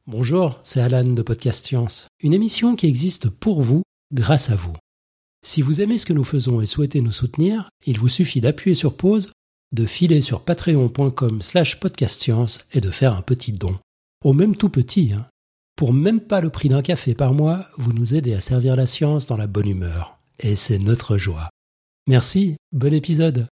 Bonjour, c'est Alan de Podcast Science, une émission qui existe pour vous, grâce à vous. Si vous aimez ce que nous faisons et souhaitez nous soutenir, il vous suffit d'appuyer sur pause, de filer sur patreon.com/podcastscience et de faire un petit don. Au même tout petit, hein. Pour même pas le prix d'un café par mois, vous nous aidez à servir la science dans la bonne humeur. Et c'est notre joie. Merci, bon épisode.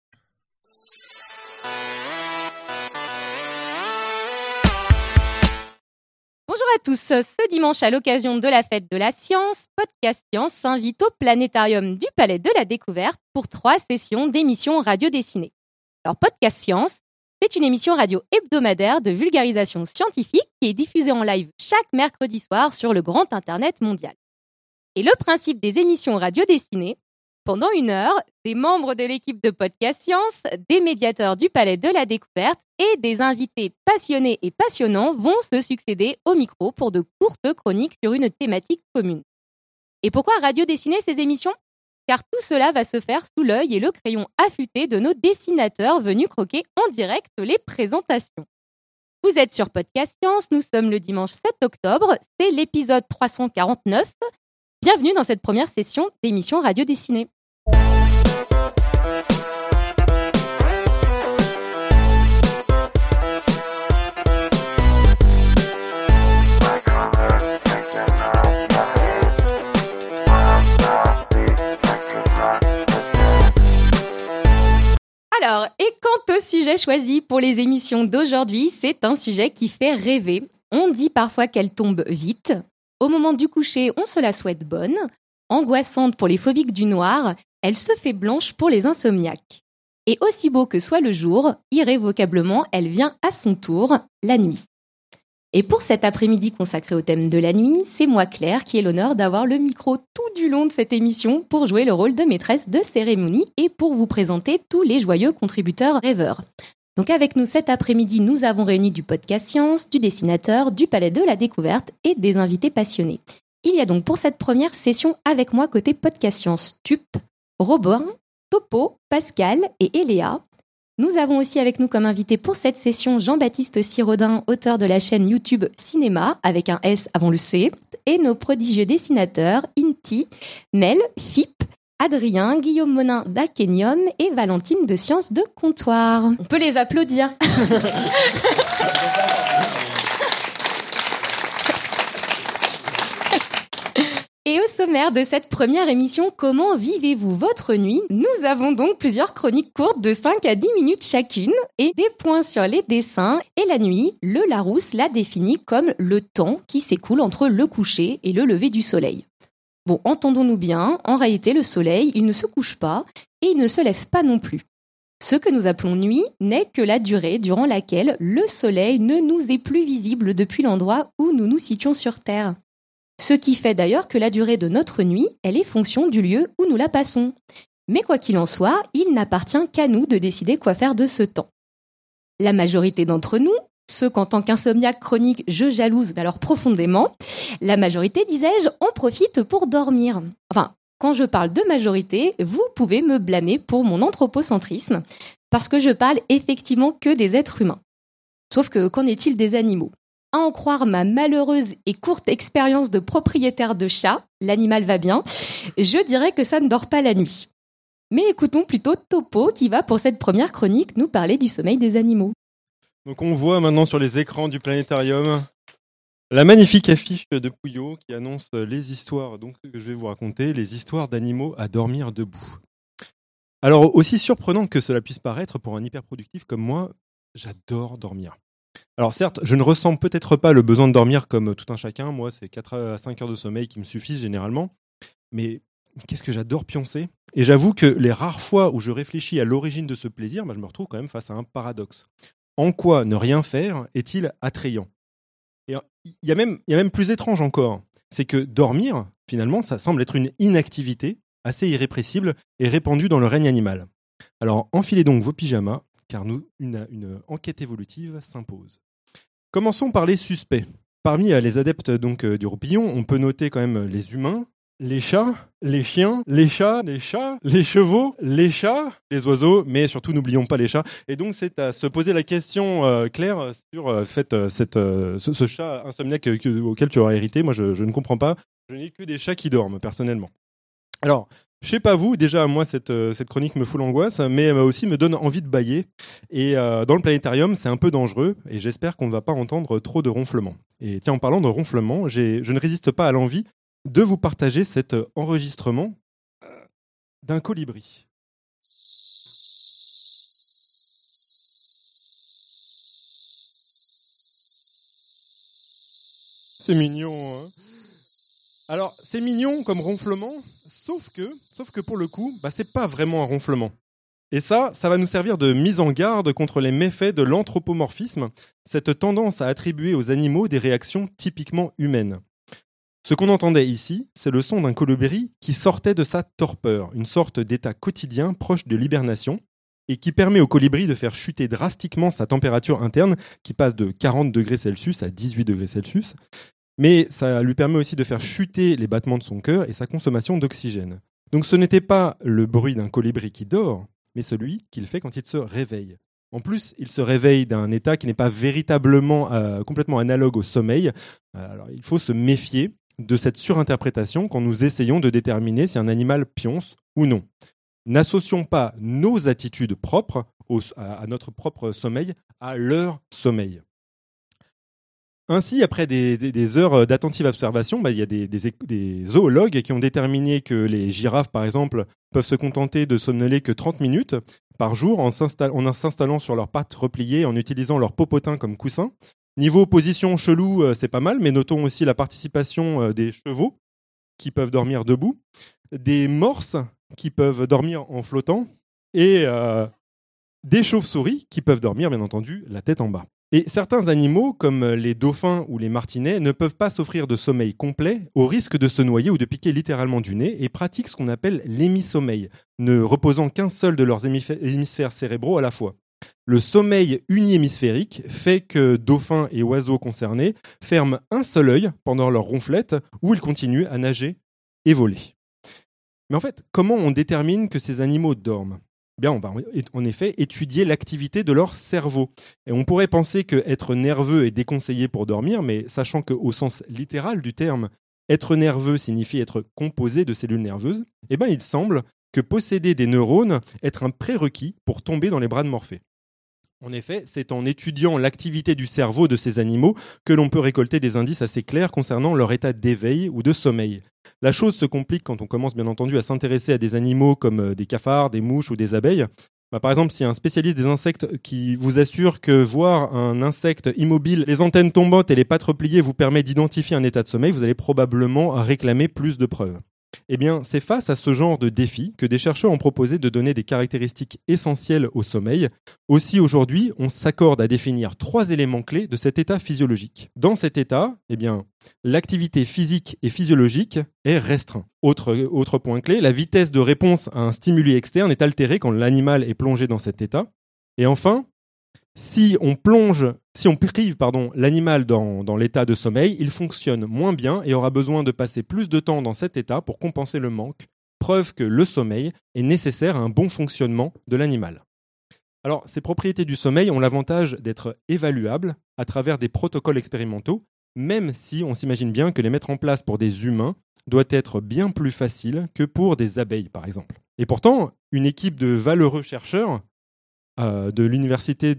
Bonjour à tous, ce dimanche à l'occasion de la fête de la science, Podcast Science s'invite au planétarium du Palais de la Découverte pour 3 sessions d'émissions radio dessinées. Alors Podcast Science, c'est une émission radio hebdomadaire de vulgarisation scientifique qui est diffusée en live chaque mercredi soir sur le grand Internet mondial. Et le principe des émissions radio dessinées, pendant 1 heure, des membres de l'équipe de Podcast Science, des médiateurs du Palais de la Découverte et des invités passionnés et passionnants vont se succéder au micro pour de courtes chroniques sur une thématique commune. Et pourquoi radio dessiner ces émissions ? Car tout cela va se faire sous l'œil et le crayon affûté de nos dessinateurs venus croquer en direct les présentations. Vous êtes sur Podcast Science, nous sommes le dimanche 7 octobre, c'est l'épisode 349. Bienvenue dans cette première session d'émission radio dessinée. Alors, et quant au sujet choisi pour les émissions d'aujourd'hui, c'est un sujet qui fait rêver. On dit parfois qu'elle tombe vite. Au moment du coucher, on se la souhaite bonne. Angoissante pour les phobiques du noir, elle se fait blanche pour les insomniaques. Et aussi beau que soit le jour, irrévocablement, elle vient à son tour, la nuit. Et pour cet après-midi consacré au thème de la nuit, c'est moi Claire qui ai l'honneur d'avoir le micro tout du long de cette émission pour jouer le rôle de maîtresse de cérémonie et pour vous présenter tous les joyeux contributeurs rêveurs. Donc avec nous cet après-midi, nous avons réuni du Podcast Science, du dessinateur, du Palais de la Découverte et des invités passionnés. Il y a donc pour cette première session avec moi côté Podcast Science Tup, Robin, Topo, Pascal et Eléa. Nous avons aussi avec nous comme invité pour cette session Jean-Baptiste Sirodin, auteur de la chaîne YouTube Cinéma, avec un S avant le C, et nos prodigieux dessinateurs Inti, Mel, Fip, Adrien, Guillaume Monin d'Akenium et Valentine de Sciences de Comptoir. On peut les applaudir. Et au sommaire de cette première émission, comment vivez-vous votre nuit ? Nous avons donc plusieurs chroniques courtes de 5 à 10 minutes chacune et des points sur les dessins. Et la nuit, le Larousse l'a définit comme le temps qui s'écoule entre le coucher et le lever du soleil. Bon, entendons-nous bien, en réalité, le soleil, il ne se couche pas et il ne se lève pas non plus. Ce que nous appelons nuit n'est que la durée durant laquelle le soleil ne nous est plus visible depuis l'endroit où nous nous situons sur Terre. Ce qui fait d'ailleurs que la durée de notre nuit, elle est fonction du lieu où nous la passons. Mais quoi qu'il en soit, il n'appartient qu'à nous de décider quoi faire de ce temps. La majorité d'entre nous, ceux qu'en tant qu'insomniaque chronique je jalouse alors profondément, la majorité, disais-je, en profite pour dormir. Enfin, quand je parle de majorité, vous pouvez me blâmer pour mon anthropocentrisme, parce que je parle effectivement que des êtres humains. Sauf que qu'en est-il des animaux ? À en croire ma malheureuse et courte expérience de propriétaire de chat, l'animal va bien, je dirais que ça ne dort pas la nuit. Mais écoutons plutôt Topo qui va pour cette première chronique nous parler du sommeil des animaux. Donc on voit maintenant sur les écrans du planétarium la magnifique affiche de Pouillot qui annonce les histoires donc, que je vais vous raconter, les histoires d'animaux à dormir debout. Alors aussi surprenant que cela puisse paraître pour un hyperproductif comme moi, j'adore dormir. Alors certes, je ne ressens peut-être pas le besoin de dormir comme tout un chacun, moi c'est 4 à 5 heures de sommeil qui me suffisent généralement, mais qu'est-ce que j'adore pioncer. Et j'avoue que les rares fois où je réfléchis à l'origine de ce plaisir, je me retrouve quand même face à un paradoxe. En quoi ne rien faire est-il attrayant ? Et il y a même plus étrange encore, c'est que dormir, finalement, ça semble être une inactivité assez irrépressible et répandue dans le règne animal. Alors enfilez donc vos pyjamas, car une enquête évolutive s'impose. Commençons par les suspects. Parmi les adeptes du roupillon, on peut noter quand même les humains, les chats, les chiens, les chats, les chevaux, les chats, les oiseaux, mais surtout n'oublions pas les chats. Et donc c'est à se poser la question, Claire, sur ce chat insomniaque auquel tu auras hérité. Moi, je ne comprends pas. Je n'ai que des chats qui dorment, personnellement. Alors, je sais pas vous, déjà moi cette chronique me fout l'angoisse, mais aussi me donne envie de bâiller. Et dans le planétarium, c'est un peu dangereux, et j'espère qu'on ne va pas entendre trop de ronflements. Et tiens, en parlant de ronflements, je ne résiste pas à l'envie de vous partager cet enregistrement d'un colibri. C'est mignon, hein. Alors, c'est mignon comme ronflement, sauf que pour le coup, c'est pas vraiment un ronflement. Et ça va nous servir de mise en garde contre les méfaits de l'anthropomorphisme, cette tendance à attribuer aux animaux des réactions typiquement humaines. Ce qu'on entendait ici, c'est le son d'un colibri qui sortait de sa torpeur, une sorte d'état quotidien proche de l'hibernation, et qui permet au colibri de faire chuter drastiquement sa température interne, qui passe de 40 degrés Celsius à 18 degrés Celsius, mais ça lui permet aussi de faire chuter les battements de son cœur et sa consommation d'oxygène. Donc ce n'était pas le bruit d'un colibri qui dort, mais celui qu'il fait quand il se réveille. En plus, il se réveille d'un état qui n'est pas véritablement complètement analogue au sommeil. Alors, il faut se méfier de cette surinterprétation quand nous essayons de déterminer si un animal pionce ou non. N'associons pas nos attitudes propres à notre propre sommeil à leur sommeil. Ainsi, après des heures d'attentive observation, il y a des zoologues qui ont déterminé que les girafes, par exemple, peuvent se contenter de somnoler que 30 minutes par jour en s'installant sur leurs pattes repliées, en utilisant leur popotin comme coussin. Niveau position chelou, c'est pas mal, mais notons aussi la participation des chevaux qui peuvent dormir debout, des morses qui peuvent dormir en flottant et des chauves-souris qui peuvent dormir, bien entendu, la tête en bas. Et certains animaux, comme les dauphins ou les martinets, ne peuvent pas s'offrir de sommeil complet au risque de se noyer ou de piquer littéralement du nez et pratiquent ce qu'on appelle l'hémisommeil, ne reposant qu'un seul de leurs hémisphères cérébraux à la fois. Le sommeil unihémisphérique fait que dauphins et oiseaux concernés ferment un seul œil pendant leur ronflette où ils continuent à nager et voler. Mais en fait, comment on détermine que ces animaux dorment ? Bien, on va en effet étudier l'activité de leur cerveau. Et on pourrait penser qu'être nerveux est déconseillé pour dormir, mais sachant qu'au sens littéral du terme, être nerveux signifie être composé de cellules nerveuses, il semble que posséder des neurones est un prérequis pour tomber dans les bras de Morphée. En effet, c'est en étudiant l'activité du cerveau de ces animaux que l'on peut récolter des indices assez clairs concernant leur état d'éveil ou de sommeil. La chose se complique quand on commence bien entendu à s'intéresser à des animaux comme des cafards, des mouches ou des abeilles. Par exemple, s'il y a un spécialiste des insectes qui vous assure que voir un insecte immobile, les antennes tombantes et les pattes repliées vous permet d'identifier un état de sommeil, vous allez probablement réclamer plus de preuves. Eh bien, c'est face à ce genre de défi que des chercheurs ont proposé de donner des caractéristiques essentielles au sommeil. Aussi, aujourd'hui, on s'accorde à définir 3 éléments clés de cet état physiologique. Dans cet état, l'activité physique et physiologique est restreinte. Autre point clé, la vitesse de réponse à un stimuli externe est altérée quand l'animal est plongé dans cet état. Et enfin, si on prive l'animal dans l'état de sommeil, il fonctionne moins bien et aura besoin de passer plus de temps dans cet état pour compenser le manque, preuve que le sommeil est nécessaire à un bon fonctionnement de l'animal. Alors, ces propriétés du sommeil ont l'avantage d'être évaluables à travers des protocoles expérimentaux, même si on s'imagine bien que les mettre en place pour des humains doit être bien plus facile que pour des abeilles, par exemple. Et pourtant, une équipe de valeureux chercheurs d'une université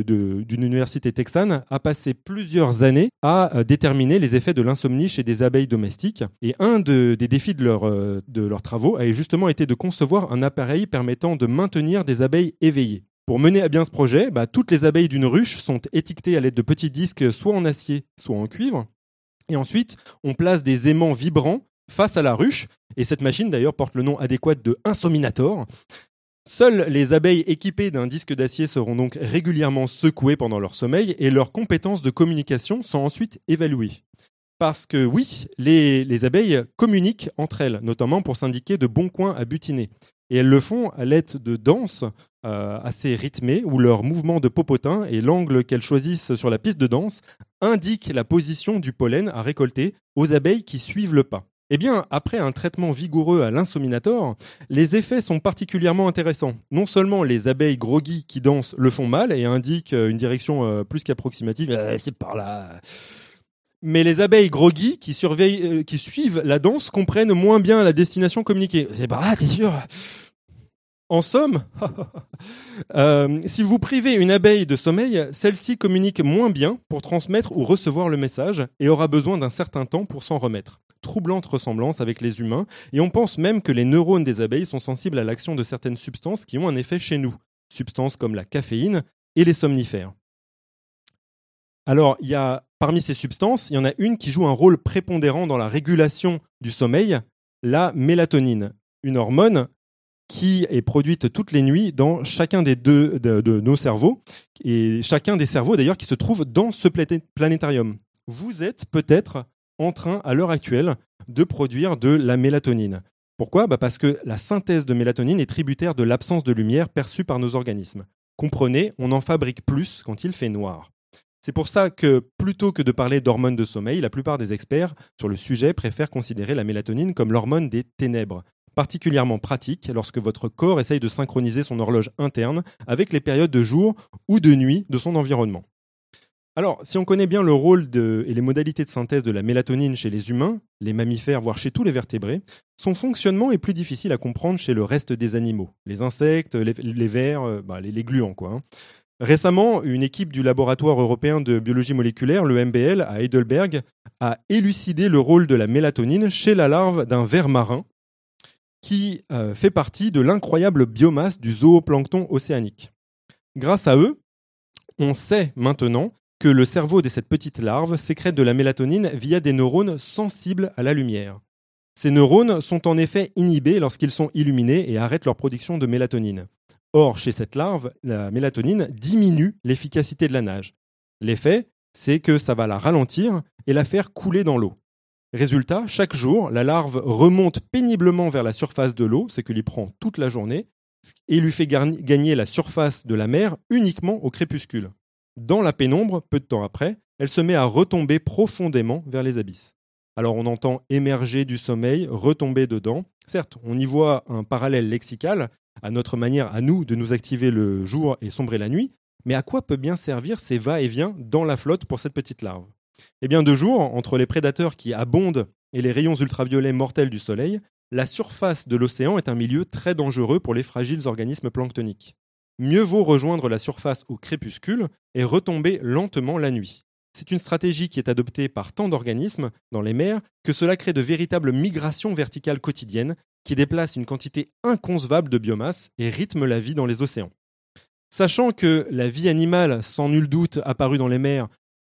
texane a passé plusieurs années à déterminer les effets de l'insomnie chez des abeilles domestiques. Et un des défis de leurs travaux a justement été de concevoir un appareil permettant de maintenir des abeilles éveillées. Pour mener à bien ce projet, toutes les abeilles d'une ruche sont étiquetées à l'aide de petits disques soit en acier, soit en cuivre. Et ensuite, on place des aimants vibrants face à la ruche. Et cette machine, d'ailleurs, porte le nom adéquat de Insominator. Seules les abeilles équipées d'un disque d'acier seront donc régulièrement secouées pendant leur sommeil et leurs compétences de communication sont ensuite évaluées. Parce que oui, les abeilles communiquent entre elles, notamment pour s'indiquer de bons coins à butiner. Et elles le font à l'aide de danses assez rythmées où leur mouvement de popotin et l'angle qu'elles choisissent sur la piste de danse indiquent la position du pollen à récolter aux abeilles qui suivent le pas. Eh bien, après un traitement vigoureux à l'insominator, les effets sont particulièrement intéressants. Non seulement les abeilles groggy qui dansent le font mal et indiquent une direction plus qu'approximative, c'est par là. Mais les abeilles groggy qui suivent la danse comprennent moins bien la destination communiquée. C'est par là, t'es sûr ? En somme, si vous privez une abeille de sommeil, celle-ci communique moins bien pour transmettre ou recevoir le message et aura besoin d'un certain temps pour s'en remettre. Troublante ressemblance avec les humains, et on pense même que les neurones des abeilles sont sensibles à l'action de certaines substances qui ont un effet chez nous, substances comme la caféine et les somnifères. Alors, parmi ces substances, il y en a une qui joue un rôle prépondérant dans la régulation du sommeil, la mélatonine, une hormone qui est produite toutes les nuits dans chacun des deux de nos cerveaux, et chacun des cerveaux d'ailleurs qui se trouve dans ce planétarium. Vous êtes peut-être en train, à l'heure actuelle, de produire de la mélatonine. Pourquoi ? Parce que la synthèse de mélatonine est tributaire de l'absence de lumière perçue par nos organismes. Comprenez, on en fabrique plus quand il fait noir. C'est pour ça que, plutôt que de parler d'hormones de sommeil, la plupart des experts sur le sujet préfèrent considérer la mélatonine comme l'hormone des ténèbres, particulièrement pratique lorsque votre corps essaye de synchroniser son horloge interne avec les périodes de jour ou de nuit de son environnement. Alors, si on connaît bien le rôle et les modalités de synthèse de la mélatonine chez les humains, les mammifères, voire chez tous les vertébrés, son fonctionnement est plus difficile à comprendre chez le reste des animaux, les insectes, les vers, les gluants, quoi. Récemment, une équipe du laboratoire européen de biologie moléculaire, le MBL, à Heidelberg, a élucidé le rôle de la mélatonine chez la larve d'un ver marin qui fait partie de l'incroyable biomasse du zooplancton océanique. Grâce à eux, on sait maintenant que le cerveau de cette petite larve sécrète de la mélatonine via des neurones sensibles à la lumière. Ces neurones sont en effet inhibés lorsqu'ils sont illuminés et arrêtent leur production de mélatonine. Or, chez cette larve, la mélatonine diminue l'efficacité de la nage. L'effet, c'est que ça va la ralentir et la faire couler dans l'eau. Résultat, chaque jour, la larve remonte péniblement vers la surface de l'eau, ce qui lui prend toute la journée, et lui fait gagner la surface de la mer uniquement au crépuscule. Dans la pénombre, peu de temps après, elle se met à retomber profondément vers les abysses. Alors on entend émerger du sommeil, retomber dedans. Certes, on y voit un parallèle lexical à notre manière à nous de nous activer le jour et sombrer la nuit, mais à quoi peut bien servir ces va-et-vient dans la flotte pour cette petite larve ? Eh bien, de jour, entre les prédateurs qui abondent et les rayons ultraviolets mortels du soleil, la surface de l'océan est un milieu très dangereux pour les fragiles organismes planctoniques. Mieux vaut rejoindre la surface au crépuscule et retomber lentement la nuit. C'est une stratégie qui est adoptée par tant d'organismes dans les mers que cela crée de véritables migrations verticales quotidiennes qui déplacent une quantité inconcevable de biomasse et rythment la vie dans les océans. Sachant que la vie animale, sans nul doute apparue dans les mers,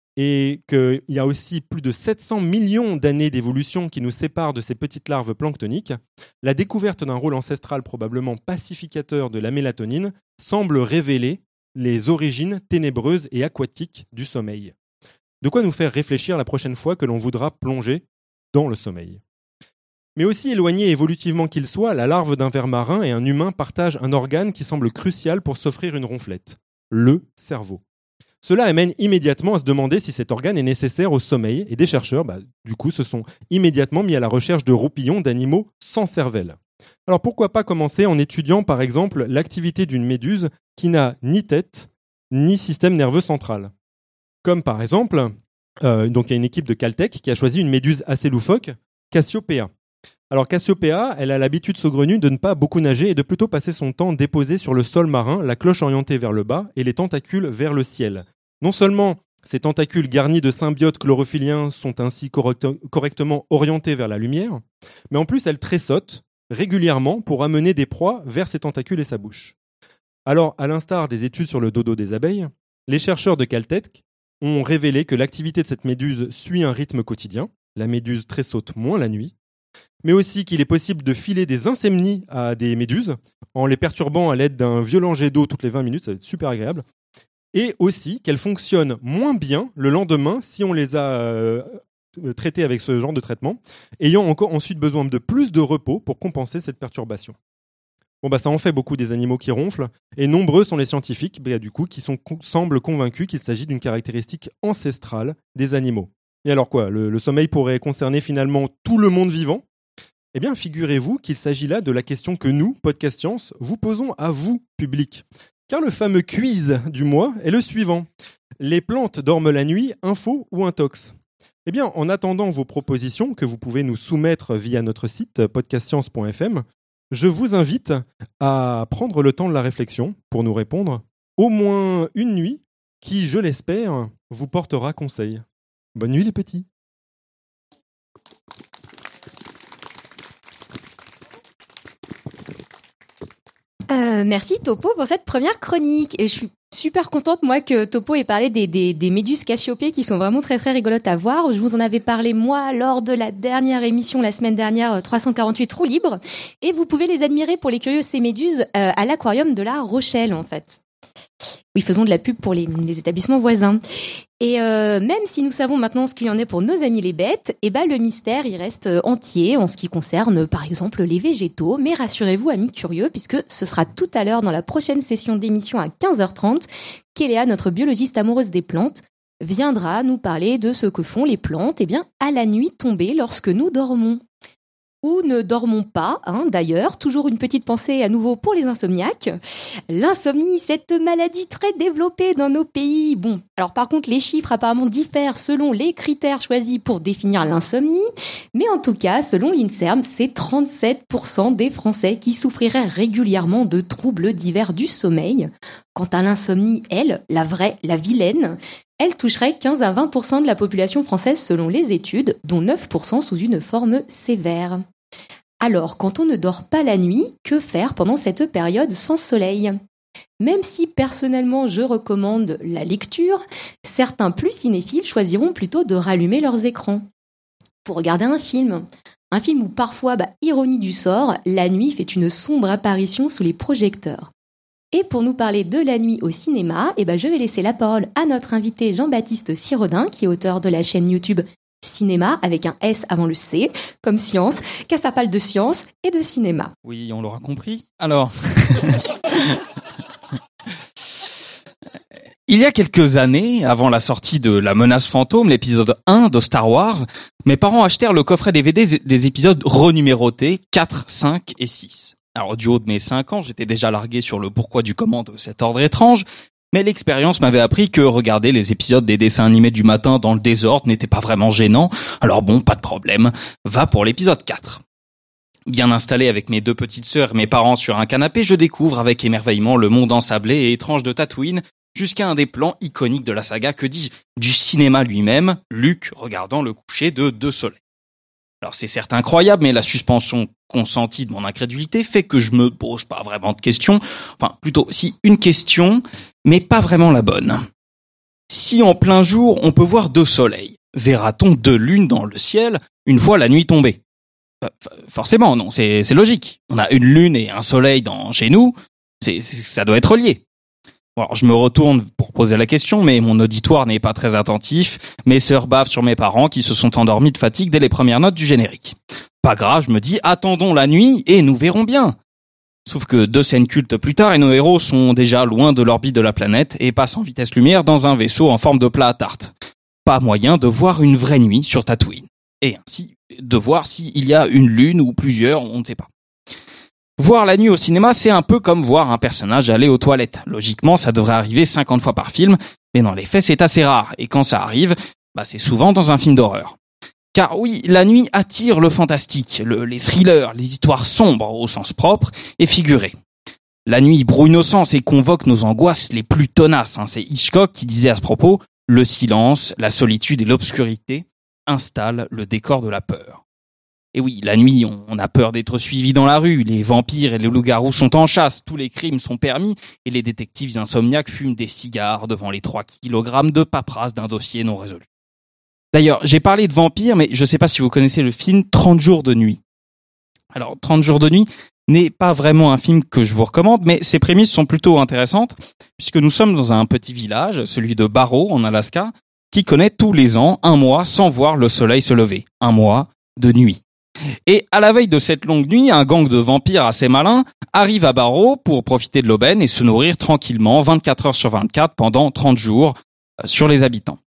et qu'il y a aussi plus de 700 millions d'années d'évolution qui nous séparent de ces petites larves planctoniques, la découverte d'un rôle ancestral probablement pacificateur de la mélatonine semble révéler les origines ténébreuses et aquatiques du sommeil. De quoi nous faire réfléchir la prochaine fois que l'on voudra plonger dans le sommeil. Mais aussi éloigné évolutivement qu'il soit, la larve d'un ver marin et un humain partagent un organe qui semble crucial pour s'offrir une ronflette, le cerveau. Cela amène immédiatement à se demander si cet organe est nécessaire au sommeil, et des chercheurs, se sont immédiatement mis à la recherche de roupillons d'animaux sans cervelle. Alors pourquoi pas commencer en étudiant par exemple l'activité d'une méduse qui n'a ni tête, ni système nerveux central. Comme par exemple, il y a une équipe de Caltech qui a choisi une méduse assez loufoque, Cassiopeia. Alors Cassiopeia, elle a l'habitude saugrenue de ne pas beaucoup nager et de plutôt passer son temps déposé sur le sol marin, la cloche orientée vers le bas et les tentacules vers le ciel. Non seulement ces tentacules garnis de symbiotes chlorophylliens sont ainsi correctement orientés vers la lumière, mais en plus elle tressaute régulièrement pour amener des proies vers ses tentacules et sa bouche. Alors, à l'instar des études sur le dodo des abeilles, les chercheurs de Caltech ont révélé que l'activité de cette méduse suit un rythme quotidien, la méduse tressaute moins la nuit, mais aussi qu'il est possible de filer des insomnies à des méduses en les perturbant à l'aide d'un violent jet d'eau toutes les 20 minutes, ça va être super agréable, et aussi qu'elles fonctionnent moins bien le lendemain si on les a traitées avec ce genre de traitement, ayant encore ensuite besoin de plus de repos pour compenser cette perturbation. Ça en fait beaucoup des animaux qui ronflent, et nombreux sont les scientifiques qui semblent convaincus qu'il s'agit d'une caractéristique ancestrale des animaux. Et alors quoi, le sommeil pourrait concerner finalement tout le monde vivant, Eh bien, figurez-vous qu'il s'agit là de la question que nous, Podcast Science, vous posons à vous, public. Car le fameux quiz du mois est le suivant. Les plantes dorment la nuit, info ou intox ? Eh bien, en attendant vos propositions que vous pouvez nous soumettre via notre site podcastscience.fm, je vous invite à prendre le temps de la réflexion pour nous répondre au moins une nuit qui, je l'espère, vous portera conseil. Bonne nuit les petits. Merci Topo pour cette première chronique. Et je suis super contente, moi, que Topo ait parlé des méduses Cassiopée qui sont vraiment très très rigolotes à voir. Je vous en avais parlé, moi, lors de la dernière émission, la semaine dernière, 348 Roue Libre. Et vous pouvez les admirer pour les curieux, ces méduses, à l'aquarium de La Rochelle, en fait. Oui, faisons de la pub pour les établissements voisins. Et même si nous savons maintenant ce qu'il y en est pour nos amis les bêtes, le mystère il reste entier en ce qui concerne par exemple les végétaux. Mais rassurez-vous amis curieux, puisque ce sera tout à l'heure dans la prochaine session d'émission à 15h30 qu'Eléa, notre biologiste amoureuse des plantes, viendra nous parler de ce que font les plantes à la nuit tombée lorsque nous dormons. Ou ne dormons pas, d'ailleurs. Toujours une petite pensée à nouveau pour les insomniaques. L'insomnie, cette maladie très développée dans nos pays. Bon, alors par contre, les chiffres apparemment diffèrent selon les critères choisis pour définir l'insomnie. Mais en tout cas, selon l'INSERM, c'est 37% des Français qui souffriraient régulièrement de troubles divers du sommeil. Quant à l'insomnie, elle, la vraie, la vilaine, elle toucherait 15 à 20% de la population française selon les études, dont 9% sous une forme sévère. Alors, quand on ne dort pas la nuit, que faire pendant cette période sans soleil ? Même si personnellement je recommande la lecture, certains plus cinéphiles choisiront plutôt de rallumer leurs écrans. Pour regarder un film où parfois, ironie du sort, la nuit fait une sombre apparition sous les projecteurs. Et pour nous parler de la nuit au cinéma, je vais laisser la parole à notre invité Jean-Baptiste Sirodin, qui est auteur de la chaîne YouTube Cinéma, avec un S avant le C, comme science, car ça parle de science et de cinéma. Oui, on l'aura compris. Alors, il y a quelques années, avant la sortie de La Menace Fantôme, l'épisode 1 de Star Wars, mes parents achetèrent le coffret DVD des épisodes renumérotés 4, 5 et 6. Alors, du haut de mes 5 ans, j'étais déjà largué sur le pourquoi du comment de cet ordre étrange, mais l'expérience m'avait appris que regarder les épisodes des dessins animés du matin dans le désordre n'était pas vraiment gênant, alors bon, pas de problème, va pour l'épisode 4. Bien installé avec mes 2 petites sœurs et mes parents sur un canapé, je découvre avec émerveillement le monde ensablé et étrange de Tatooine, jusqu'à un des plans iconiques de la saga, que dis-je, du cinéma lui-même, Luke regardant le coucher de 2 soleils. Alors c'est certes incroyable, mais la suspension consentie de mon incrédulité fait que je me pose pas vraiment de questions. Enfin, plutôt, si, une question, mais pas vraiment la bonne. Si en plein jour, on peut voir 2 soleils, verra-t-on 2 lunes dans le ciel une fois la nuit tombée ? Forcément, non, c'est logique. On a une lune et un soleil chez nous, ça doit être lié. Alors, je me retourne pour poser la question, mais mon auditoire n'est pas très attentif. Mes sœurs bavent sur mes parents qui se sont endormis de fatigue dès les premières notes du générique. Pas grave, je me dis, attendons la nuit et nous verrons bien. Sauf que 2 scènes cultes plus tard et nos héros sont déjà loin de l'orbite de la planète et passent en vitesse lumière dans un vaisseau en forme de plat à tarte. Pas moyen de voir une vraie nuit sur Tatooine. Et ainsi, de voir s'il y a une lune ou plusieurs, on ne sait pas. Voir la nuit au cinéma, c'est un peu comme voir un personnage aller aux toilettes. Logiquement, ça devrait arriver 50 fois par film, mais dans les faits, c'est assez rare. Et quand ça arrive, c'est souvent dans un film d'horreur. Car oui, la nuit attire le fantastique, les thrillers, les histoires sombres au sens propre et figuré. La nuit brouille nos sens et convoque nos angoisses les plus tenaces. C'est Hitchcock qui disait à ce propos, « Le silence, la solitude et l'obscurité installent le décor de la peur ». Et oui, la nuit, on a peur d'être suivi dans la rue, les vampires et les loups-garous sont en chasse, tous les crimes sont permis et les détectives insomniaques fument des cigares devant les 3 kilogrammes de paperasse d'un dossier non résolu. D'ailleurs, j'ai parlé de vampires, mais je ne sais pas si vous connaissez le film 30 jours de nuit. Alors, 30 jours de nuit n'est pas vraiment un film que je vous recommande, mais ses prémices sont plutôt intéressantes, puisque nous sommes dans un petit village, celui de Barrow, en Alaska, qui connaît tous les ans 1 mois sans voir le soleil se lever. 1 mois de nuit. Et à la veille de cette longue nuit, un gang de vampires assez malins arrive à Barrow pour profiter de l'aubaine et se nourrir tranquillement 24 heures sur 24 pendant 30 jours sur les habitants.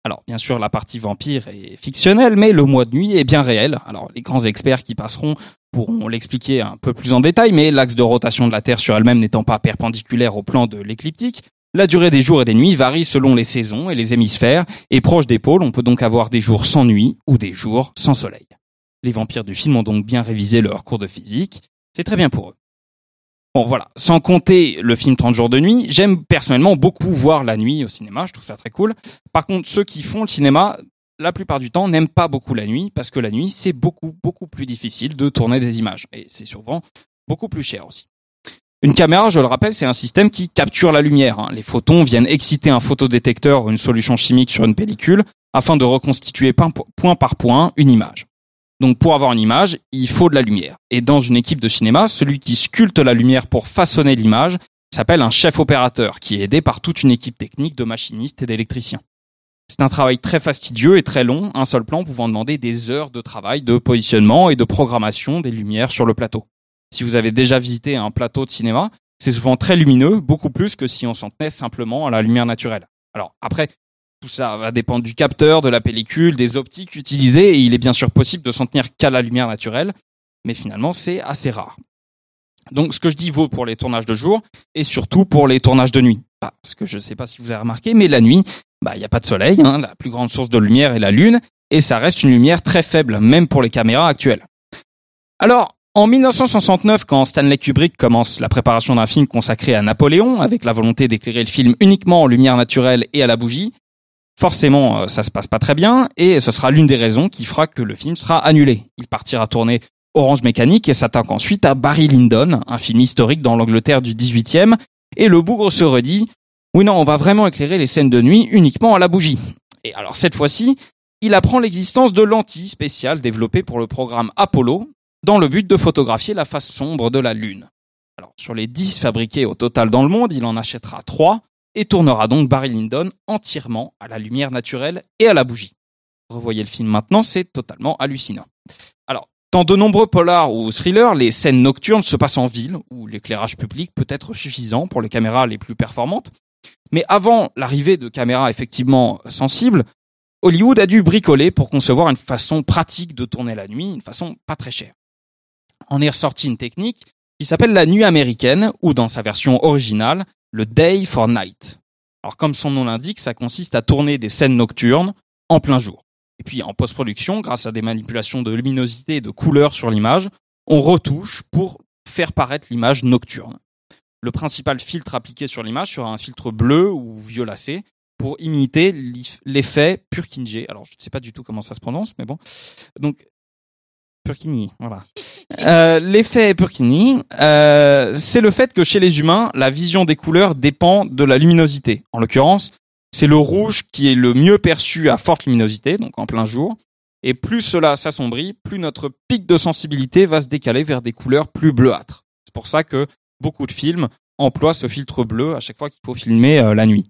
Alors, bien sûr, la partie vampire est fictionnelle, mais le mois de nuit est bien réel. Alors, les grands experts qui passeront pourront l'expliquer un peu plus en détail, mais l'axe de rotation de la Terre sur elle-même n'étant pas perpendiculaire au plan de l'écliptique, la durée des jours et des nuits varie selon les saisons et les hémisphères, et proche des pôles, on peut donc avoir des jours sans nuit ou des jours sans soleil. Les vampires du film ont donc bien révisé leur cours de physique. C'est très bien pour eux. Bon, voilà. Sans compter le film 30 jours de nuit, j'aime personnellement beaucoup voir la nuit au cinéma. Je trouve ça très cool. Par contre, ceux qui font le cinéma, la plupart du temps, n'aiment pas beaucoup la nuit parce que la nuit, c'est beaucoup plus difficile de tourner des images. Et c'est souvent beaucoup plus cher aussi. Une caméra, je le rappelle, c'est un système qui capture la lumière. Les photons viennent exciter un photodétecteur ou une solution chimique sur une pellicule afin de reconstituer point par point une image. Donc pour avoir une image, il faut de la lumière. Et dans une équipe de cinéma, celui qui sculpte la lumière pour façonner l'image s'appelle un chef opérateur, qui est aidé par toute une équipe technique de machinistes et d'électriciens. C'est un travail très fastidieux et très long, un seul plan pouvant demander des heures de travail, de positionnement et de programmation des lumières sur le plateau. Si vous avez déjà visité un plateau de cinéma, c'est souvent très lumineux, beaucoup plus que si on s'en tenait simplement à la lumière naturelle. Alors après, tout ça va dépendre du capteur, de la pellicule, des optiques utilisées, et il est bien sûr possible de s'en tenir qu'à la lumière naturelle, mais finalement c'est assez rare. Donc ce que je dis vaut pour les tournages de jour, et surtout pour les tournages de nuit. Parce que je ne sais pas si vous avez remarqué, mais la nuit, il n'y a pas de soleil, la plus grande source de lumière est la lune, et ça reste une lumière très faible, même pour les caméras actuelles. Alors, en 1969, quand Stanley Kubrick commence la préparation d'un film consacré à Napoléon, avec la volonté d'éclairer le film uniquement en lumière naturelle et à la bougie, forcément, ça se passe pas très bien, et ce sera l'une des raisons qui fera que le film sera annulé. Il partira tourner Orange Mécanique et s'attaque ensuite à Barry Lyndon, un film historique dans l'Angleterre du XVIIIe, et le bougre se redit « Oui non, on va vraiment éclairer les scènes de nuit uniquement à la bougie ». Et alors cette fois-ci, il apprend l'existence de lentilles spéciales développées pour le programme Apollo, dans le but de photographier la face sombre de la Lune. Alors sur les 10 fabriqués au total dans le monde, il en achètera 3, et tournera donc Barry Lyndon entièrement à la lumière naturelle et à la bougie. Revoyez le film maintenant, c'est totalement hallucinant. Alors, dans de nombreux polars ou thrillers, les scènes nocturnes se passent en ville, où l'éclairage public peut être suffisant pour les caméras les plus performantes. Mais avant l'arrivée de caméras effectivement sensibles, Hollywood a dû bricoler pour concevoir une façon pratique de tourner la nuit, une façon pas très chère. En est ressorti une technique qui s'appelle la nuit américaine, ou dans sa version originale, le Day for Night. Alors comme son nom l'indique, ça consiste à tourner des scènes nocturnes en plein jour. Et puis en post-production, grâce à des manipulations de luminosité et de couleur sur l'image, on retouche pour faire paraître l'image nocturne. Le principal filtre appliqué sur l'image sera un filtre bleu ou violacé pour imiter l'effet Purkinje. Alors je ne sais pas du tout comment ça se prononce, mais bon. Donc Purkinje, voilà. L'effet Purkinje, c'est le fait que chez les humains, la vision des couleurs dépend de la luminosité. En l'occurrence, c'est le rouge qui est le mieux perçu à forte luminosité, donc en plein jour. Et plus cela s'assombrit, plus notre pic de sensibilité va se décaler vers des couleurs plus bleuâtres. C'est pour ça que beaucoup de films emploient ce filtre bleu à chaque fois qu'il faut filmer la nuit.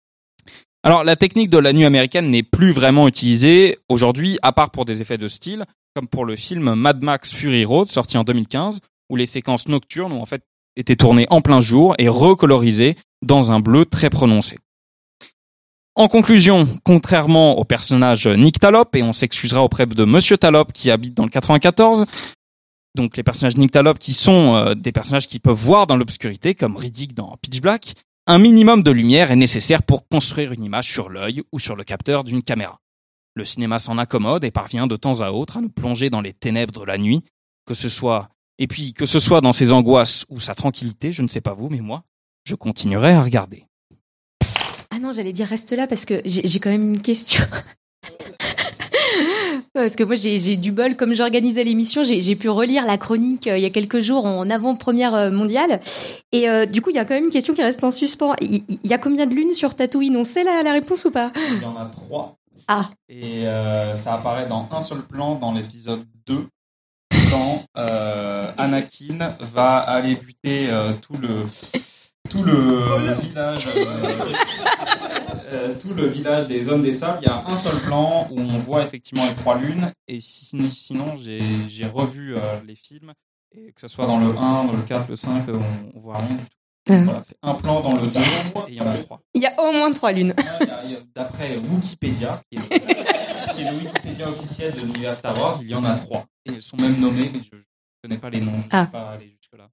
Alors, la technique de la nuit américaine n'est plus vraiment utilisée aujourd'hui, à part pour des effets de style, comme pour le film Mad Max Fury Road, sorti en 2015, où les séquences nocturnes ont en fait été tournées en plein jour et recolorisées dans un bleu très prononcé. En conclusion, contrairement au personnage Nick Talop, et on s'excusera auprès de Monsieur Talop qui habite dans le 94, donc les personnages Nick Talop qui sont des personnages qui peuvent voir dans l'obscurité, comme Riddick dans Pitch Black, un minimum de lumière est nécessaire pour construire une image sur l'œil ou sur le capteur d'une caméra. Le cinéma s'en accommode et parvient de temps à autre à nous plonger dans les ténèbres de la nuit, que ce soit dans ses angoisses ou sa tranquillité, je ne sais pas vous, mais moi, je continuerai à regarder. Ah non, j'allais dire reste là parce que j'ai quand même une question. Parce que moi j'ai du bol, comme j'organisais l'émission, j'ai pu relire la chronique il y a quelques jours en avant-première mondiale, et du coup il y a quand même une question qui reste en suspens. Il y a combien de lunes sur Tatooine? On sait la réponse ou pas? Il y en a 3. Ah. Et ça apparaît dans un seul plan dans l'épisode 2, quand Anakin va aller buter tout le village tout le village des Zones des Sables. Il y a un seul plan où on voit effectivement les 3 lunes, et sinon j'ai revu les films, et que ce soit dans le 1, dans le 4, le 5, on voit rien du tout. Voilà, c'est un plan dans le dos et il y en a 3. Il y a au moins 3 lunes. D'après Wikipédia, qui est le Wikipédia officiel de l'univers Star Wars, il y en a 3. Et elles sont même nommées, mais je ne connais pas les noms. Je ne vais pas aller jusque-là.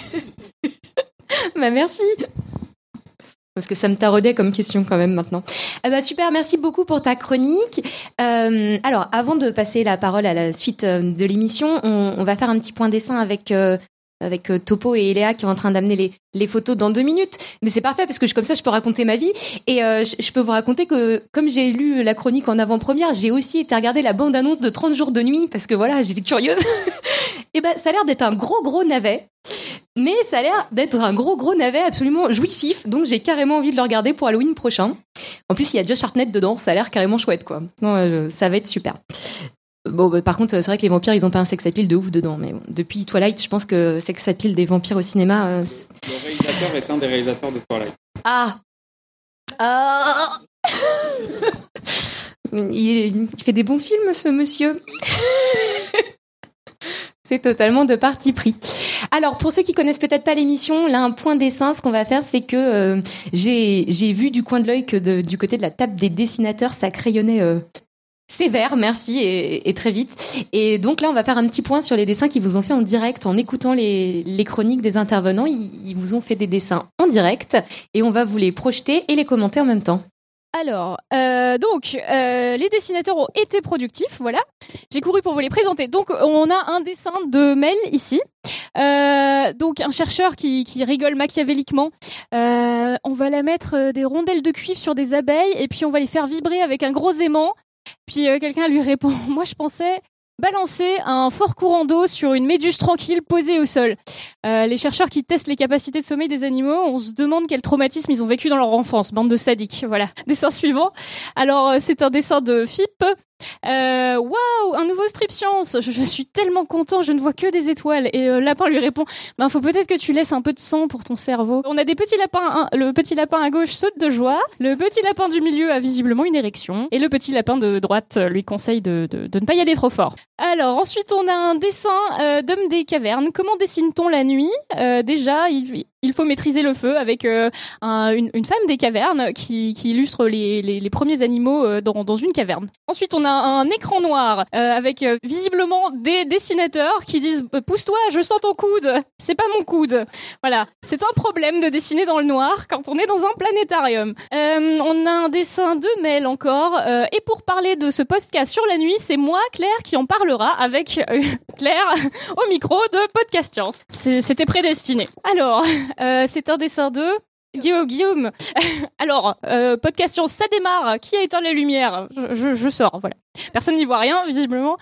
Bah merci. Parce que ça me taraudait comme question quand même maintenant. Super, merci beaucoup pour ta chronique. Alors, avant de passer la parole à la suite de l'émission, on va faire un petit point dessin avec Topo et Eléa qui est en train d'amener les photos dans 2 minutes. Mais c'est parfait parce que comme ça, je peux raconter ma vie. Et je peux vous raconter que, comme j'ai lu la chronique en avant-première, j'ai aussi été regarder la bande-annonce de 30 jours de nuit parce que voilà, j'étais curieuse. Et ça a l'air d'être un gros navet. Mais ça a l'air d'être un gros navet absolument jouissif. Donc j'ai carrément envie de le regarder pour Halloween prochain. En plus, il y a Josh Hartnett dedans. Ça a l'air carrément chouette, quoi. Non, ça va être super. Bon, par contre, c'est vrai que les vampires, ils ont pas un sex appeal de ouf dedans. Mais bon, depuis Twilight, je pense que sex appeal des vampires au cinéma... Le réalisateur est un des réalisateurs de Twilight. Il fait des bons films, ce monsieur. C'est totalement de parti pris. Alors, pour ceux qui connaissent peut-être pas l'émission, là, un point dessin, ce qu'on va faire, c'est que j'ai vu du coin de l'œil que du côté de la table des dessinateurs, ça crayonnait sévère, merci, et très vite. Et donc là, on va faire un petit point sur les dessins qu'ils vous ont fait en direct, en écoutant les chroniques des intervenants. Ils vous ont fait des dessins en direct, et on va vous les projeter et les commenter en même temps. Alors, les dessinateurs ont été productifs, voilà. J'ai couru pour vous les présenter. Donc, on a un dessin de Mel ici. Donc, un chercheur qui rigole machiavéliquement. On va la mettre des rondelles de cuivre sur des abeilles et puis on va les faire vibrer avec un gros aimant. Puis quelqu'un lui répond, moi je pensais balancer un fort courant d'eau sur une méduse tranquille posée au sol. Les chercheurs qui testent les capacités de sommeil des animaux, on se demande quel traumatisme ils ont vécu dans leur enfance. Bande de sadiques. Voilà. Dessin suivant. Alors, c'est un dessin de Phip. Waouh, un nouveau strip science. Je suis tellement content, je ne vois que des étoiles. Et Lapin lui répond, faut peut-être que tu laisses un peu de sang pour ton cerveau. On a des petits lapins. Le petit lapin à gauche saute de joie. Le petit lapin du milieu a visiblement une érection. Et le petit lapin de droite lui conseille de ne pas y aller trop fort. Alors, ensuite, on a un dessin d'homme des cavernes. Comment dessine-t-on la nuit? Déjà, il faut maîtriser le feu avec une femme des cavernes qui illustre les premiers animaux dans une caverne. Ensuite, on a un écran noir avec visiblement des dessinateurs qui disent « Pousse-toi, je sens ton coude, c'est pas mon coude ». Voilà, c'est un problème de dessiner dans le noir quand on est dans un planétarium. On a un dessin de Mel encore. Et pour parler de ce podcast sur la nuit, c'est moi, Claire, qui en parlera avec Claire au micro de Podcast Science. C'était prédestiné. Alors... c'est un dessin de Guillaume. Alors, Podcast Science, ça démarre. Qui a éteint les lumières? Je sors, voilà. Personne n'y voit rien, visiblement.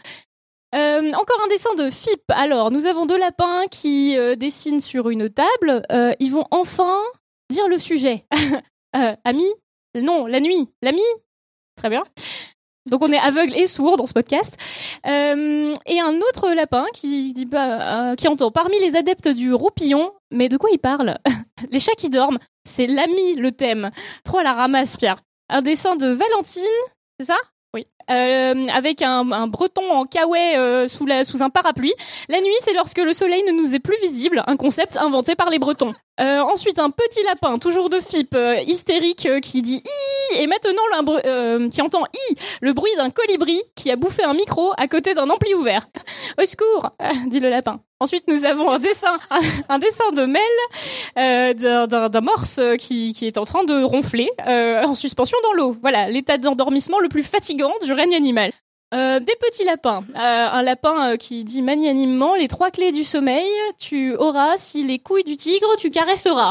Encore un dessin de Phip. Alors, nous avons 2 lapins qui dessinent sur une table. Ils vont enfin dire le sujet. Ami? Non, la nuit. L'ami? Très bien. Donc on est aveugle et sourd dans ce podcast. Et un autre lapin qui dit qui entend parmi les adeptes du roupillon. Mais de quoi il parle? Les chats qui dorment. C'est l'ami le thème. Trop à la ramasse, Pierre. Un dessin de Valentine, c'est ça? Oui. Avec un breton en kawaii sous un parapluie. La nuit, c'est lorsque le soleil ne nous est plus visible. Un concept inventé par les Bretons. Ensuite, un petit lapin, toujours de Phip, hystérique, qui dit « I » et maintenant qui entend « I », le bruit d'un colibri qui a bouffé un micro à côté d'un ampli ouvert. « Au secours !» dit le lapin. Ensuite, nous avons un dessin de Mel, d'un morse qui est en train de ronfler, en suspension dans l'eau. Voilà, l'état d'endormissement le plus fatigant du règne animal. Des petits lapins. Un lapin qui dit magnanimement les 3 clés du sommeil, tu auras si les couilles du tigre tu caresseras.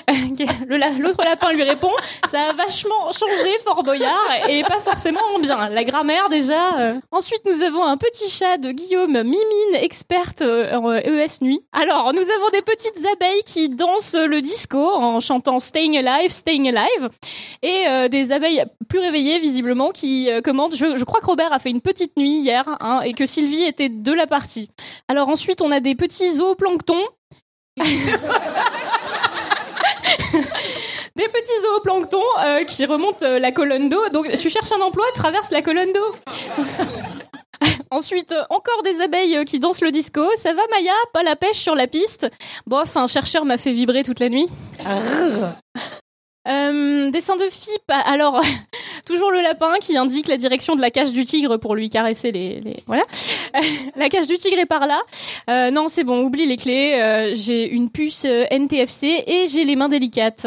L'autre lapin lui répond, ça a vachement changé Fort Boyard et pas forcément bien. La grammaire déjà. Ensuite nous avons un petit chat de Guillaume, Mimine, experte en ES nuit. Alors nous avons des petites abeilles qui dansent le disco en chantant Staying Alive, Staying Alive, et des abeilles plus réveillées visiblement qui commandent. Je crois que Robert a fait une petite nuit hier, et que Sylvie était de la partie. Alors ensuite, on a des petits zooplanctons. Des petits zooplanctons qui remontent la colonne d'eau. Donc, tu cherches un emploi, traverse la colonne d'eau. Ensuite, encore des abeilles qui dansent le disco. Ça va, Maya? Pas la pêche sur la piste? Bof, un chercheur m'a fait vibrer toute la nuit. Dessin de Fipe. Alors, toujours le lapin qui indique la direction de la cage du tigre pour lui caresser les... Voilà. La cage du tigre est par là. Non, c'est bon, oublie les clés. J'ai une puce NTFC et j'ai les mains délicates.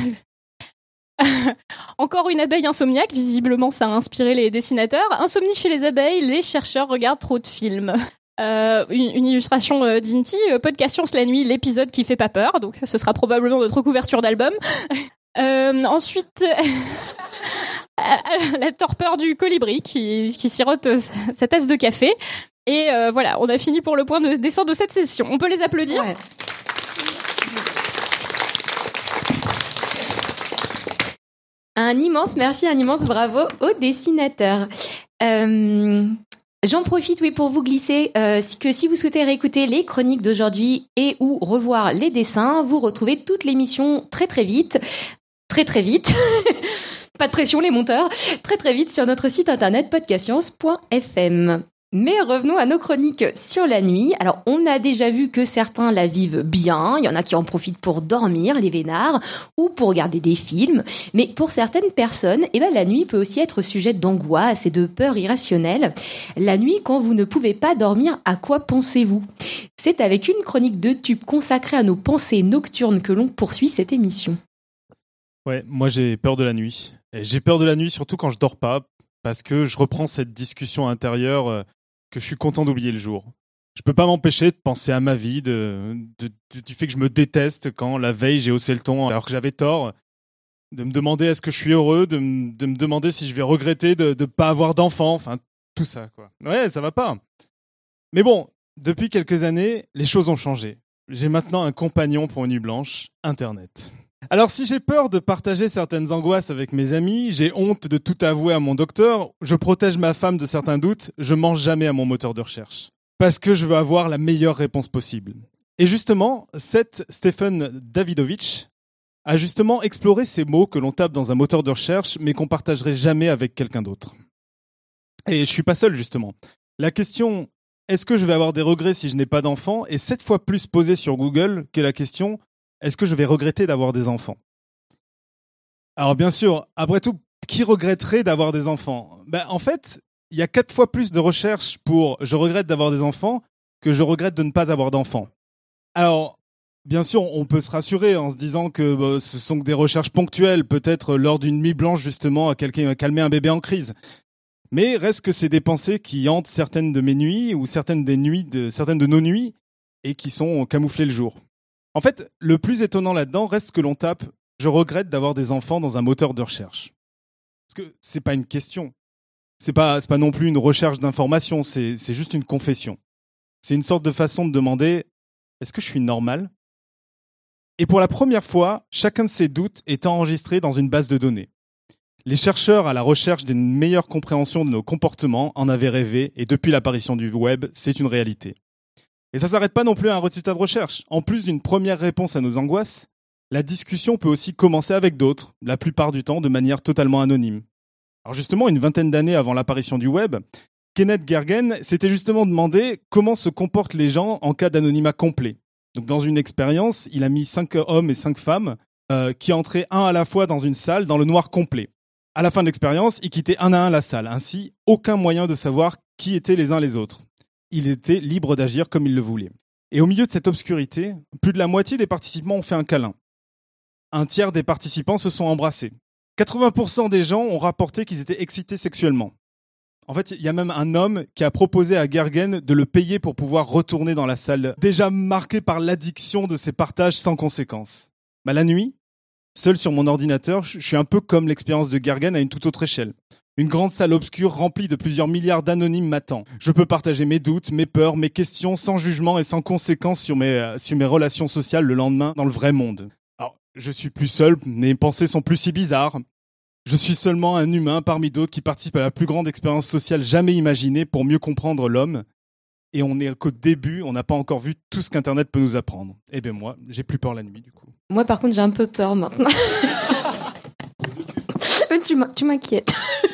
Encore une abeille insomniaque, visiblement ça a inspiré les dessinateurs. Insomnie chez les abeilles, les chercheurs regardent trop de films. Une illustration d'Inti, Podcast Science la nuit, l'épisode qui fait pas peur, donc ce sera probablement notre couverture d'album. Ensuite, la torpeur du colibri qui sirote sa tasse de café. Et voilà, on a fini pour le point de dessin de cette session. On peut les applaudir. Ouais. Un immense merci, un immense bravo aux dessinateurs. J'en profite, oui, pour vous glisser que si vous souhaitez réécouter les chroniques d'aujourd'hui et ou revoir les dessins, vous retrouvez toute l'émission très très vite. Pas de pression les monteurs. Très vite sur notre site internet podcastscience.fm. Mais revenons à nos chroniques sur la nuit. Alors, on a déjà vu que certains la vivent bien. Il y en a qui en profitent pour dormir, les vénards, ou pour regarder des films. Mais pour certaines personnes, la nuit peut aussi être sujet d'angoisse et de peur irrationnelle. La nuit, quand vous ne pouvez pas dormir, à quoi pensez-vous? C'est avec une chronique de Tube consacrée à nos pensées nocturnes que l'on poursuit cette émission. Ouais, moi j'ai peur de la nuit. Et j'ai peur de la nuit surtout quand je dors pas, parce que je reprends cette discussion intérieure que je suis content d'oublier le jour. Je peux pas m'empêcher de penser à ma vie, du fait que je me déteste quand la veille j'ai haussé le ton alors que j'avais tort, de me demander est-ce que je suis heureux, de me demander si je vais regretter de pas avoir d'enfant, enfin tout ça quoi. Ouais, ça va pas. Mais bon, depuis quelques années, les choses ont changé. J'ai maintenant un compagnon pour une nuit blanche, Internet. Alors si j'ai peur de partager certaines angoisses avec mes amis, j'ai honte de tout avouer à mon docteur, je protège ma femme de certains doutes, je mange jamais à mon moteur de recherche. Parce que je veux avoir la meilleure réponse possible. Et justement, Stephen Davidovich a justement exploré ces mots que l'on tape dans un moteur de recherche, mais qu'on partagerait jamais avec quelqu'un d'autre. Et je suis pas seul justement. La question « Est-ce que je vais avoir des regrets si je n'ai pas d'enfant ?» est 7 fois plus posée sur Google que la question « Est-ce que je vais regretter d'avoir des enfants ?» Alors bien sûr, après tout, qui regretterait d'avoir des enfants ? En fait, il y a 4 fois plus de recherches pour « je regrette d'avoir des enfants » que « je regrette de ne pas avoir d'enfants ». Alors, bien sûr, on peut se rassurer en se disant que ce sont que des recherches ponctuelles, peut-être lors d'une nuit blanche justement à calmer un bébé en crise. Mais reste que c'est des pensées qui hantent certaines de mes nuits ou certaines de nos nuits et qui sont camouflées le jour. En fait, le plus étonnant là-dedans reste que l'on tape « je regrette d'avoir des enfants » dans un moteur de recherche. Parce que c'est pas une question. C'est pas non plus une recherche d'information, c'est juste une confession. C'est une sorte de façon de demander « est-ce que je suis normal ?» Et pour la première fois, chacun de ces doutes est enregistré dans une base de données. Les chercheurs à la recherche d'une meilleure compréhension de nos comportements en avaient rêvé et depuis l'apparition du web, c'est une réalité. Et ça s'arrête pas non plus à un résultat de recherche. En plus d'une première réponse à nos angoisses, la discussion peut aussi commencer avec d'autres, la plupart du temps de manière totalement anonyme. Alors justement, une vingtaine d'années avant l'apparition du web, Kenneth Gergen s'était justement demandé comment se comportent les gens en cas d'anonymat complet. Donc dans une expérience, il a mis 5 hommes et 5 femmes qui entraient un à la fois dans une salle dans le noir complet. À la fin de l'expérience, ils quittaient un à un la salle. Ainsi, aucun moyen de savoir qui étaient les uns les autres. Ils étaient libres d'agir comme ils le voulaient. Et au milieu de cette obscurité, plus de la moitié des participants ont fait un câlin. Un tiers des participants se sont embrassés. 80% des gens ont rapporté qu'ils étaient excités sexuellement. En fait, il y a même un homme qui a proposé à Gergen de le payer pour pouvoir retourner dans la salle, déjà marqué par l'addiction de ces partages sans conséquence. La nuit, seul sur mon ordinateur, je suis un peu comme l'expérience de Gergen à une toute autre échelle. Une grande salle obscure remplie de plusieurs milliards d'anonymes m'attend. Je peux partager mes doutes, mes peurs, mes questions sans jugement et sans conséquence sur mes relations sociales le lendemain dans le vrai monde. Alors, je suis plus seul, mes pensées sont plus si bizarres. Je suis seulement un humain parmi d'autres qui participe à la plus grande expérience sociale jamais imaginée pour mieux comprendre l'homme. Et on n'est qu'au début, on n'a pas encore vu tout ce qu'Internet peut nous apprendre. Eh bien moi, j'ai plus peur la nuit du coup. Moi par contre, j'ai un peu peur maintenant. Tu m'inquiètes.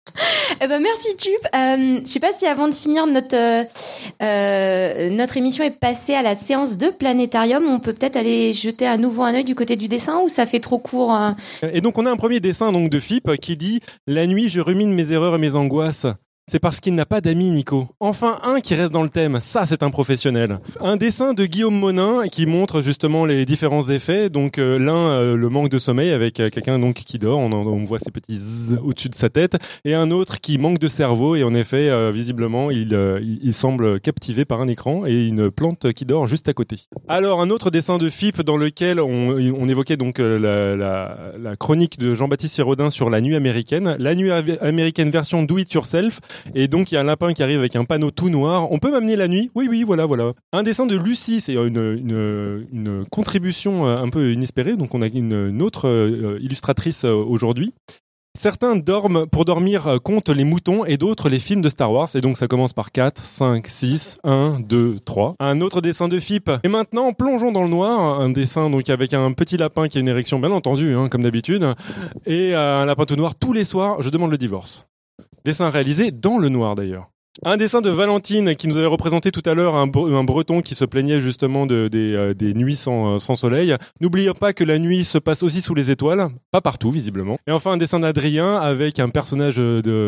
Merci Tup. Je sais pas si avant de finir notre émission est passée à la séance de planétarium, on peut peut-être aller jeter à nouveau un œil du côté du dessin ou ça fait trop court. Et donc on a un premier dessin donc de Phip qui dit « La nuit je rumine mes erreurs et mes angoisses ». C'est parce qu'il n'a pas d'amis, Nico. Enfin, un qui reste dans le thème. Ça, c'est un professionnel. Un dessin de Guillaume Monin qui montre justement les différents effets. Donc, l'un, le manque de sommeil avec quelqu'un donc qui dort. On voit ses petits zzz au-dessus de sa tête. Et un autre qui manque de cerveau. Et en effet, visiblement, il semble captivé par un écran et une plante qui dort juste à côté. Alors, un autre dessin de Phip dans lequel on évoquait donc la chronique de Jean-Baptiste Sirodin sur la nuit américaine. La nuit américaine version do it yourself. Et donc il y a un lapin qui arrive avec un panneau tout noir. On peut m'amener la nuit ? Oui, voilà. Un dessin de Lucie, c'est une contribution un peu inespérée. Donc on a une autre illustratrice aujourd'hui. Certains dorment pour dormir, comptent les moutons et d'autres les films de Star Wars. Et donc ça commence par 4, 5, 6, 1, 2, 3. Un autre dessin de Phip. Et maintenant, plongeons dans le noir. Un dessin donc avec un petit lapin qui a une érection, bien entendu, comme d'habitude. Et un lapin tout noir. Tous les soirs, je demande le divorce. Dessin réalisé dans le noir d'ailleurs. Un dessin de Valentine qui nous avait représenté tout à l'heure un breton qui se plaignait justement des nuits sans soleil. N'oublions pas que la nuit se passe aussi sous les étoiles, pas partout visiblement. Et enfin un dessin d'Adrien avec un personnage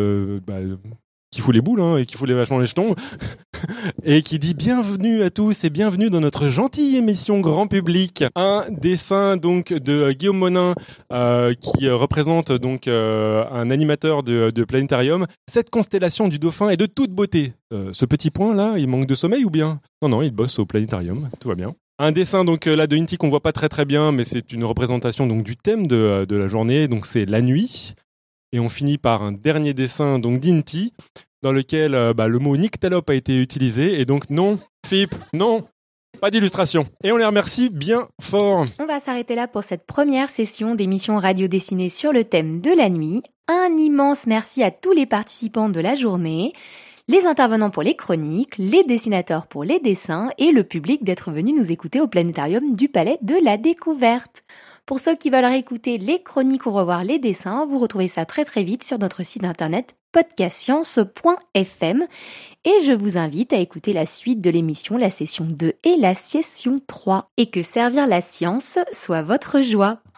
qui fout les boules et qui fout vachement les jetons et qui dit bienvenue à tous et bienvenue dans notre gentille émission grand public. Un dessin donc de Guillaume Monin qui représente donc un animateur de planétarium. Cette constellation du dauphin est de toute beauté. Ce petit point là, il manque de sommeil ou bien ? Non, il bosse au planétarium, tout va bien. Un dessin donc là de Inti qu'on voit pas très bien, mais c'est une représentation donc du thème de la journée, donc c'est la nuit. Et on finit par un dernier dessin donc d'Inti dans lequel le mot nyctalope a été utilisé et donc non, Phip, non, pas d'illustration. Et on les remercie bien fort. On va s'arrêter là pour cette première session d'émission radio dessinée sur le thème de la nuit. Un immense merci à tous les participants de la journée, les intervenants pour les chroniques, les dessinateurs pour les dessins et le public d'être venu nous écouter au planétarium du Palais de la Découverte. Pour ceux qui veulent réécouter les chroniques ou revoir les dessins, vous retrouvez ça très très vite sur notre site internet podcastscience.fm et je vous invite à écouter la suite de l'émission, la session 2 et la session 3. Et que servir la science soit votre joie.